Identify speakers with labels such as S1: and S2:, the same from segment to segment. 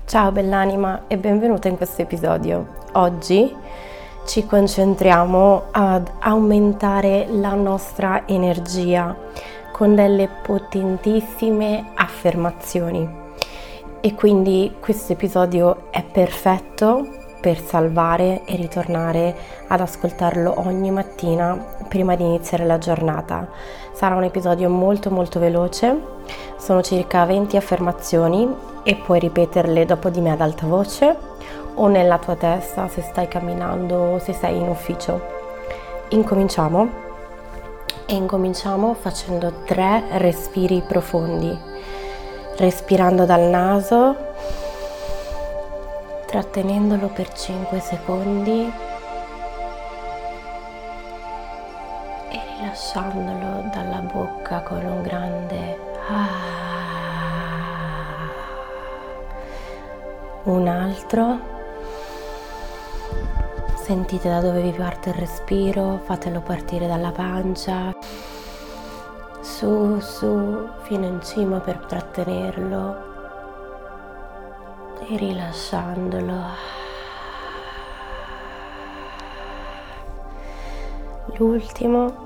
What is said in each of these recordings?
S1: Ciao bell'anima e benvenuta in questo episodio. Oggi ci concentriamo ad aumentare la nostra energia con delle potentissime affermazioni e quindi questo episodio è perfetto per salvare e ritornare ad ascoltarlo ogni mattina prima di iniziare la giornata. Sarà un episodio molto veloce, sono circa 20 affermazioni e puoi ripeterle dopo di me ad alta voce o nella tua testa se stai camminando o se sei in ufficio. Incominciamo facendo 3 respiri profondi, respirando dal naso, trattenendolo per 5 secondi e rilasciandolo dalla bocca con un grande un altro. Sentite da dove vi parte il respiro, fatelo partire dalla pancia, su fino in cima per trattenerlo e rilasciandolo. L'ultimo.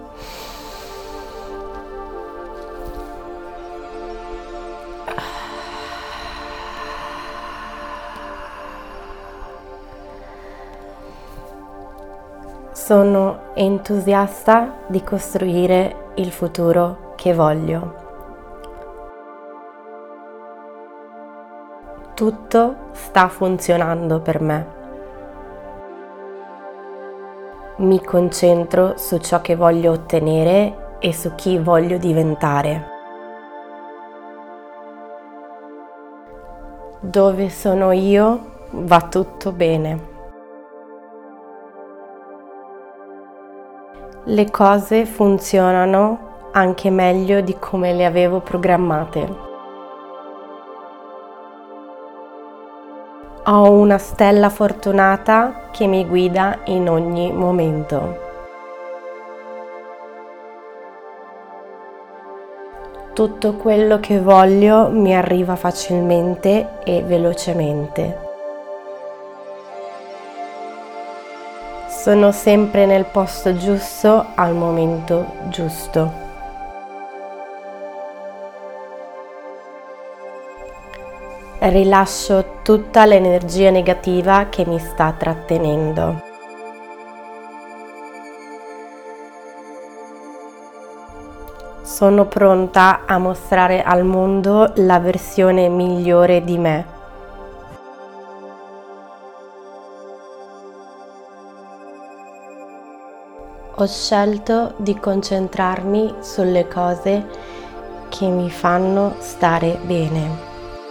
S1: Sono entusiasta di costruire il futuro che voglio. Tutto sta funzionando per me. Mi concentro su ciò che voglio ottenere e su chi voglio diventare. Dove sono io va tutto bene. Le cose funzionano anche meglio di come le avevo programmate. Ho una stella fortunata che mi guida in ogni momento. Tutto quello che voglio mi arriva facilmente e velocemente. Sono sempre nel posto giusto al momento giusto. Rilascio tutta l'energia negativa che mi sta trattenendo. Sono pronta a mostrare al mondo la versione migliore di me. Ho scelto di concentrarmi sulle cose che mi fanno stare bene.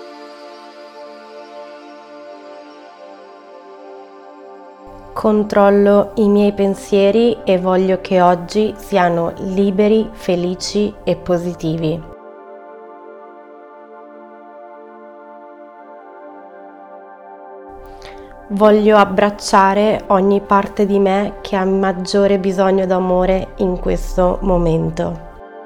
S1: Controllo i miei pensieri e voglio che oggi siano liberi, felici e positivi. Voglio abbracciare ogni parte di me che ha maggiore bisogno d'amore in questo momento.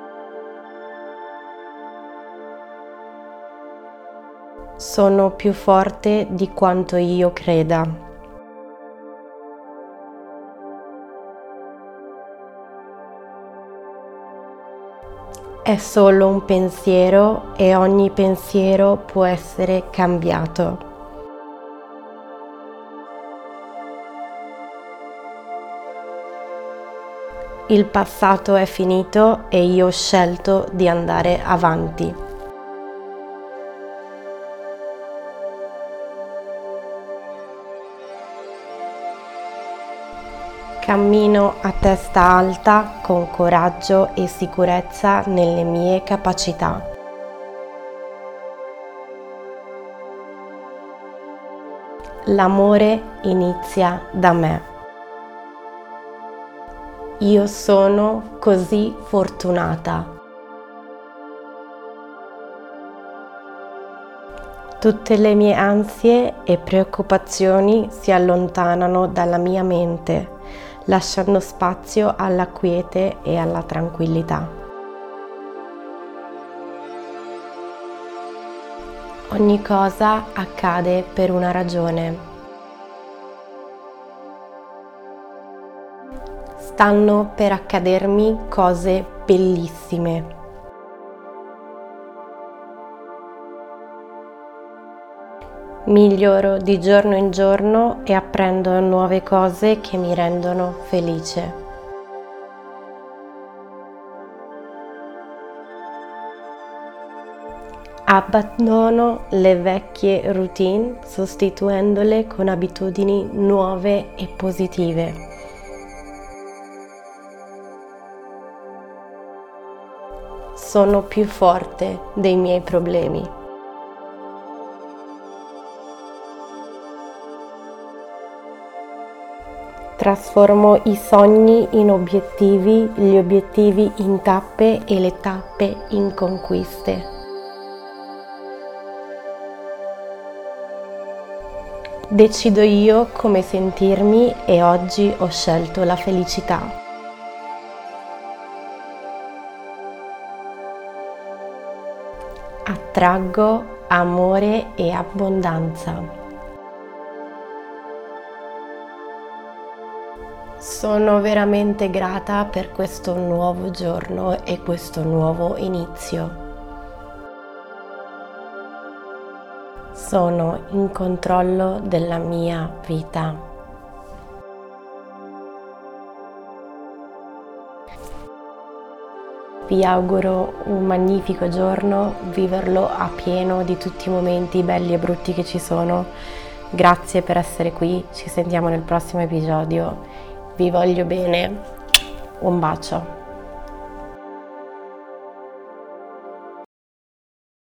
S1: Sono più forte di quanto io creda. È solo un pensiero e ogni pensiero può essere cambiato. Il passato è finito e io ho scelto di andare avanti. Cammino a testa alta con coraggio e sicurezza nelle mie capacità. L'amore inizia da me. Io sono così fortunata. Tutte le mie ansie e preoccupazioni si allontanano dalla mia mente, lasciando spazio alla quiete e alla tranquillità. Ogni cosa accade per una ragione. Stanno per accadermi cose bellissime. Miglioro di giorno in giorno e apprendo nuove cose che mi rendono felice. Abbandono le vecchie routine sostituendole con abitudini nuove e positive. Sono più forte dei miei problemi. Trasformo i sogni in obiettivi, gli obiettivi in tappe e le tappe in conquiste. Decido io come sentirmi e oggi ho scelto la felicità. Attraggo amore e abbondanza. Sono veramente grata per questo nuovo giorno e questo nuovo inizio. Sono in controllo della mia vita. Vi auguro un magnifico giorno, viverlo a pieno di tutti i momenti belli e brutti che ci sono. Grazie per essere qui, ci sentiamo nel prossimo episodio. Vi voglio bene, un bacio.